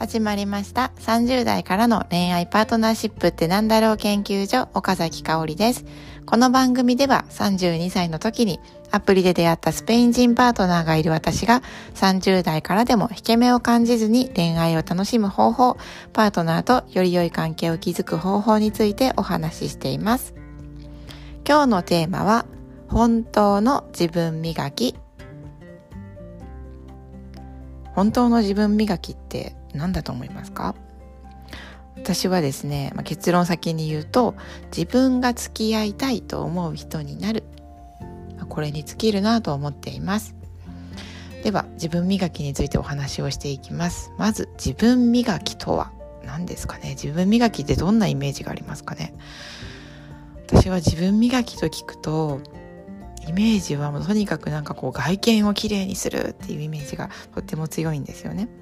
始まりました30代からの恋愛パートナーシップってなんだろう研究所、岡崎香織です。この番組では32歳の時にアプリで出会ったスペイン人パートナーがいる私が30代からでも引け目を感じずに恋愛を楽しむ方法、パートナーとより良い関係を築く方法についてお話ししています。今日のテーマは本当の自分磨き。本当の自分磨きって何だと思いますか？私はですね、結論先に言うと、自分が付き合いたいと思う人になる、これに尽きるなと思っています。では自分磨きについてお話をしていきます。まず自分磨きとは何ですかね。自分磨きってどんなイメージがありますかね。私は自分磨きと聞くとイメージはもうとにかく外見をきれいにするっていうイメージがとっても強いんですよね。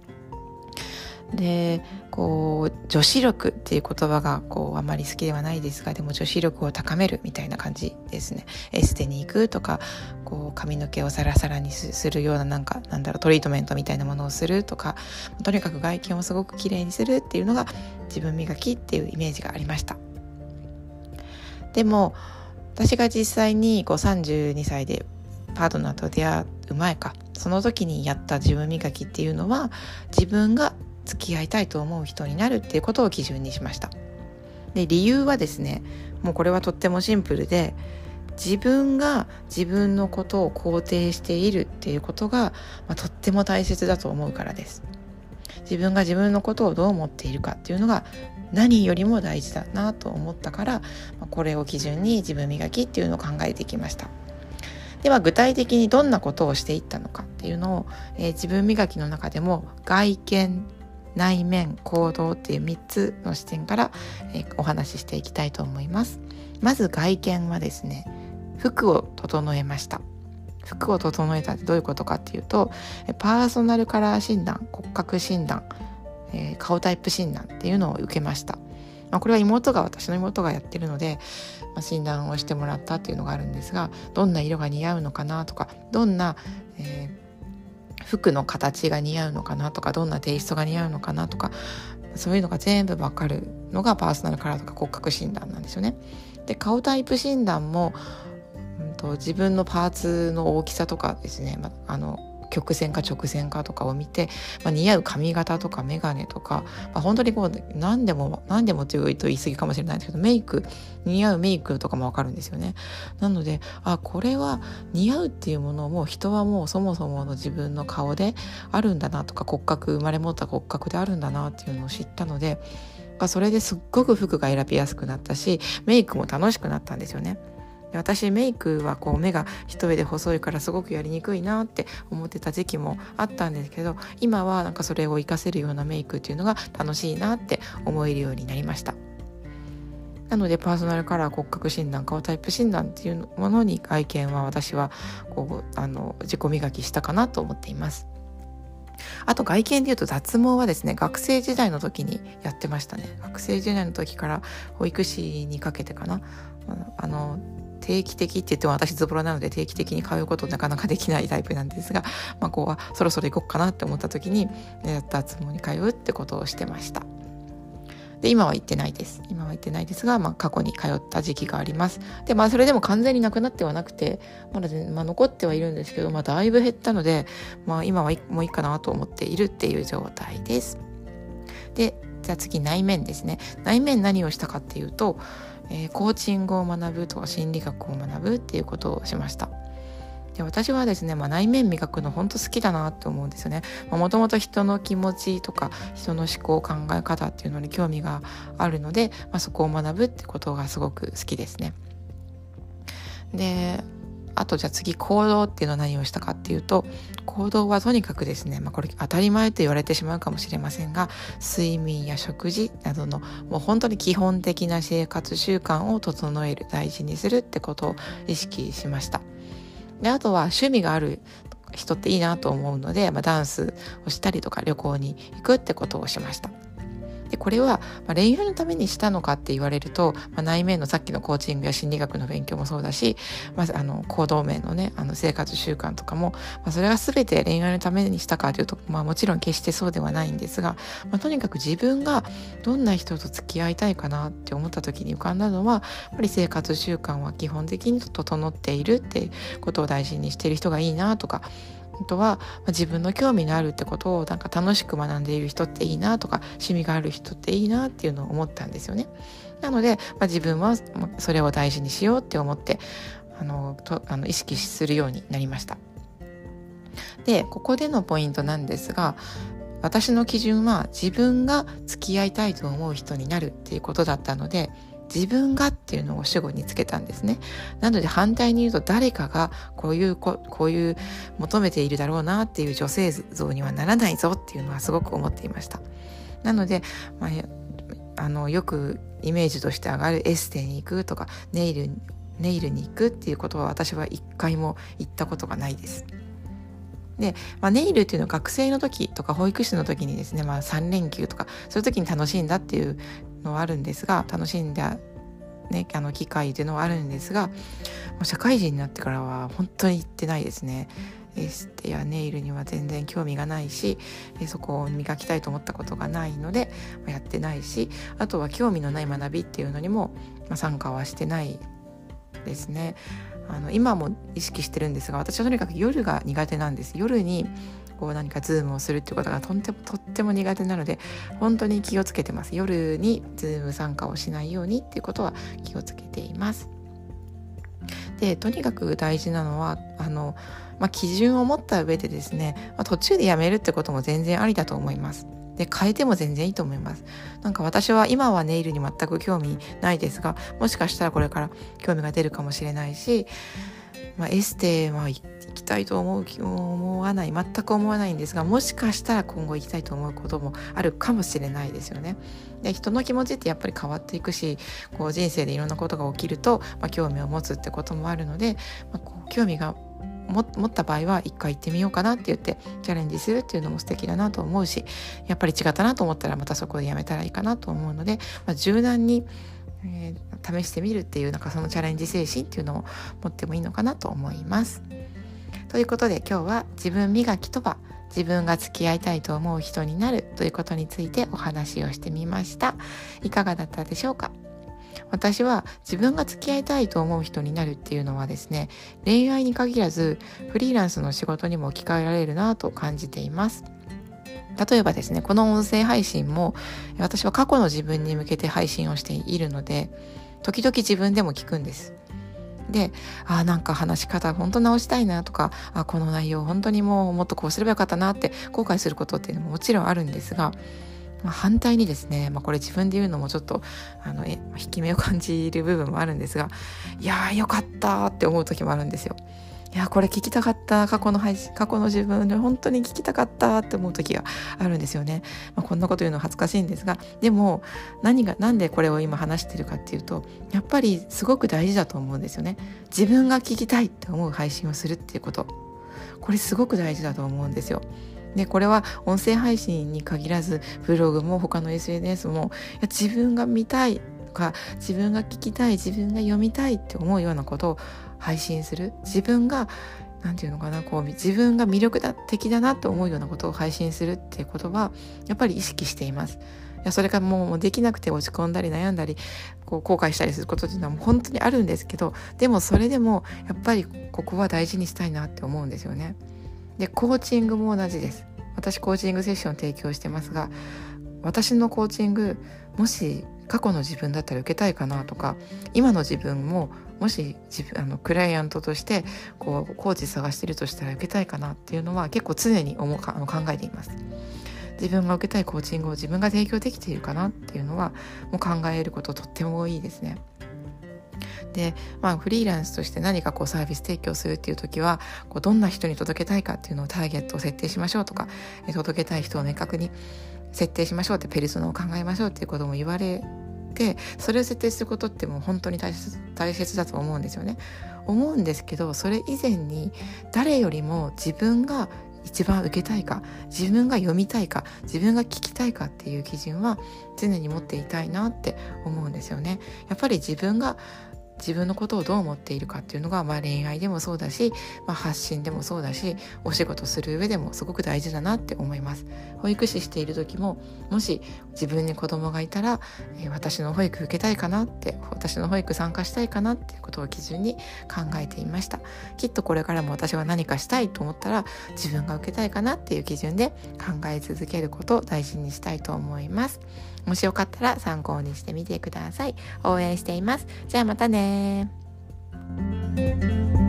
で、女子力っていう言葉があまり好きではないですが、でも女子力を高めるみたいな感じですね。エステに行くとか、髪の毛をサラサラにするようなトリートメントみたいなものをするとか、とにかく外見をすごくきれいにするっていうのが自分磨きっていうイメージがありました。でも私が実際に32歳でパートナーと出会う前か、その時にやった自分磨きっていうのは、自分が付き合いたいと思う人になるっていうことを基準にしました。で、理由はですね、もうこれはとってもシンプルで、自分が自分のことを肯定しているっていうことが、とっても大切だと思うからです。自分が自分のことをどう思っているかっていうのが何よりも大事だなと思ったから、これを基準に自分磨きっていうのを考えてきました。では具体的にどんなことをしていったのかっていうのを、自分磨きの中でも外見、内面、行動っていう3つの視点から、お話ししていきたいと思います。まず外見はですね、服を整えました。服を整えたってどういうことかっていうと、パーソナルカラー診断、骨格診断、顔タイプ診断っていうのを受けました。これは私の妹がやってるので、診断をしてもらったっていうのがあるんですが、どんな色が似合うのかなとか、どんな、服の形が似合うのかなとか、どんなテイストが似合うのかなとか、そういうのが全部わかるのがパーソナルカラーとか骨格診断なんですよね。で、顔タイプ診断も自分のパーツの大きさとかですね、曲線か直線かとかを見て、似合う髪型とかメガネとか、本当に何でもというと言い過ぎかもしれないんですけど、似合うメイクとかもわかるんですよね。なので、これは似合うっていうものも人はもうそもそもの自分の顔であるんだなとか、生まれ持った骨格であるんだなっていうのを知ったので、それですっごく服が選びやすくなったし、メイクも楽しくなったんですよね。私メイクは目が一重で細いからすごくやりにくいなって思ってた時期もあったんですけど、今はそれを活かせるようなメイクっていうのが楽しいなって思えるようになりました。なのでパーソナルカラー、骨格診断、顔タイプ診断っていうものに外見は私は自己磨きしたかなと思っています。あと外見でいうと脱毛はですね、学生時代の時にやってましたね。学生時代の時から保育士にかけてかな、定期的って言っても私ズボラなので定期的に通うことなかなかできないタイプなんですが、そろそろ行こうかなって思った時に脱毛に通うってことをしてました。で、今は行ってないですが、過去に通った時期があります。で、それでも完全になくなってはなくて、まだ、残ってはいるんですけど、だいぶ減ったので、今はもういいかなと思っているっていう状態です。で、じゃあ次内面ですね。内面何をしたかっていうと、コーチングを学ぶとか心理学を学ぶっていうことをしました。で、私はですね、内面磨くの本当好きだなって思うんですよね。もともと人の気持ちとか人の思考、考え方っていうのに興味があるので、そこを学ぶってことがすごく好きですね。で、あとじゃあ次行動っていうのは何をしたかっていうと、行動はとにかくですね、これ当たり前と言われてしまうかもしれませんが、睡眠や食事などのもう本当に基本的な生活習慣を整える、大事にするってことを意識しました。で、あとは趣味がある人っていいなと思うので、ダンスをしたりとか旅行に行くってことをしました。で、 でこれは、恋愛のためにしたのかって言われると、内面のさっきのコーチングや心理学の勉強もそうだし、行動面のね生活習慣とかも、それが全て恋愛のためにしたかというと、もちろん決してそうではないんですが、とにかく自分がどんな人と付き合いたいかなって思った時に浮かんだのは、やっぱり生活習慣は基本的に整っているってことを大事にしている人がいいなとか、あとは自分の興味のあるってことを楽しく学んでいる人っていいなとか、趣味がある人っていいなっていうのを思ったんですよね。なので、自分はそれを大事にしようって思って意識するようになりました。で、ここでのポイントなんですが、私の基準は自分が付き合いたいと思う人になるっていうことだったので、自分がっていうのを主語につけたんですね。なので反対に言うと、誰かがこういう求めているだろうなっていう女性像にはならないぞっていうのはすごく思っていました。なので、よくイメージとして上がるエステに行くとかネイルに行くっていうことは私は一回も言ったことがないです。で、ネイルっていうのは学生の時とか保育士の時にですね、3連休とかそういう時に楽しんだっていうのはあるんですが、楽しんだ、機会っていうのはあるんですが、社会人になってからは本当に行ってないですね。エステやネイルには全然興味がないし、そこを磨きたいと思ったことがないので、やってないし、あとは興味のない学びっていうのにも、参加はしてないですね。今も意識してるんですが、私はとにかく夜が苦手なんです。夜に何かズームをするっていうことがとっても苦手なので、本当に気をつけてます。夜にズーム参加をしないようにっていうことは気をつけています。で、とにかく大事なのは基準を持った上でですね、途中でやめるってことも全然ありだと思います。で、変えても全然いいと思います。私は今はネイルに全く興味ないですが、もしかしたらこれから興味が出るかもしれないし、エステは行きたいと思わない、全く思わないんですが、もしかしたら今後行きたいと思うこともあるかもしれないですよね。で、人の気持ちってやっぱり変わっていくし、人生でいろんなことが起きると、興味を持つってこともあるので、興味が持った場合は一回行ってみようかなって言ってチャレンジするっていうのも素敵だなと思うし、やっぱり違ったなと思ったらまたそこでやめたらいいかなと思うので、柔軟に、試してみるっていうそのチャレンジ精神っていうのを持ってもいいのかなと思います。ということで、今日は自分磨きとは自分が付き合いたいと思う人になるということについてお話をしてみました。いかがだったでしょうか。私は自分が付き合いたいと思う人になるっていうのはですね、恋愛に限らずフリーランスの仕事にも置き換えられるなと感じています。例えばですね、この音声配信も私は過去の自分に向けて配信をしているので、時々自分でも聞くんです。で、話し方本当直したいなとか、この内容本当にもっとこうすればよかったなって後悔することっていうのももちろんあるんですが、反対にですね、これ自分で言うのもちょっと引き目を感じる部分もあるんですが、いやーよかったって思う時もあるんですよ。いやこれ聞きたかった、過去の自分で本当に聞きたかったって思う時があるんですよね。こんなこと言うの恥ずかしいんですが、でもなんでこれを今話してるかっていうと、やっぱりすごく大事だと思うんですよね。自分が聞きたいって思う配信をするっていうこと、これすごく大事だと思うんですよ。で、これは音声配信に限らずブログも他の SNS も、自分が見たいとか自分が聞きたい、自分が読みたいって思うようなことを配信する、自分が自分が魅力的だなと思うようなことを配信するっていうことはやっぱり意識しています。それからもうできなくて落ち込んだり悩んだり後悔したりすることっていうのはもう本当にあるんですけど、でもそれでもやっぱりここは大事にしたいなって思うんですよね。で、コーチングも同じです。私コーチングセッションを提供してますが、私のコーチングもし過去の自分だったら受けたいかなとか、今の自分ももしクライアントとしてコーチ探してるとしたら受けたいかなっていうのは結構常に考えています。自分が受けたいコーチングを自分が提供できているかなっていうのはもう考えることとってもいいですね。で、フリーランスとして何かサービス提供するっていう時はどんな人に届けたいかっていうのをターゲットを設定しましょうとか、届けたい人を明確に設定しましょうって、ペルソナを考えましょうっていうことも言われて、それを設定することってもう本当に大切だと思うんですよね。思うんですけど、それ以前に誰よりも自分が一番受けたいか、自分が読みたいか、自分が聞きたいかっていう基準は常に持っていたいなって思うんですよね。やっぱり自分のことをどう思っているかっていうのが、恋愛でもそうだし、発信でもそうだし、お仕事する上でもすごく大事だなって思います。保育士している時も、もし自分に子供がいたら、私の保育受けたいかなって、私の保育参加したいかなっていうことを基準に考えていました。きっとこれからも私は何かしたいと思ったら、自分が受けたいかなっていう基準で考え続けることを大事にしたいと思います。もしよかったら参考にしてみてください。応援しています。じゃあまたね。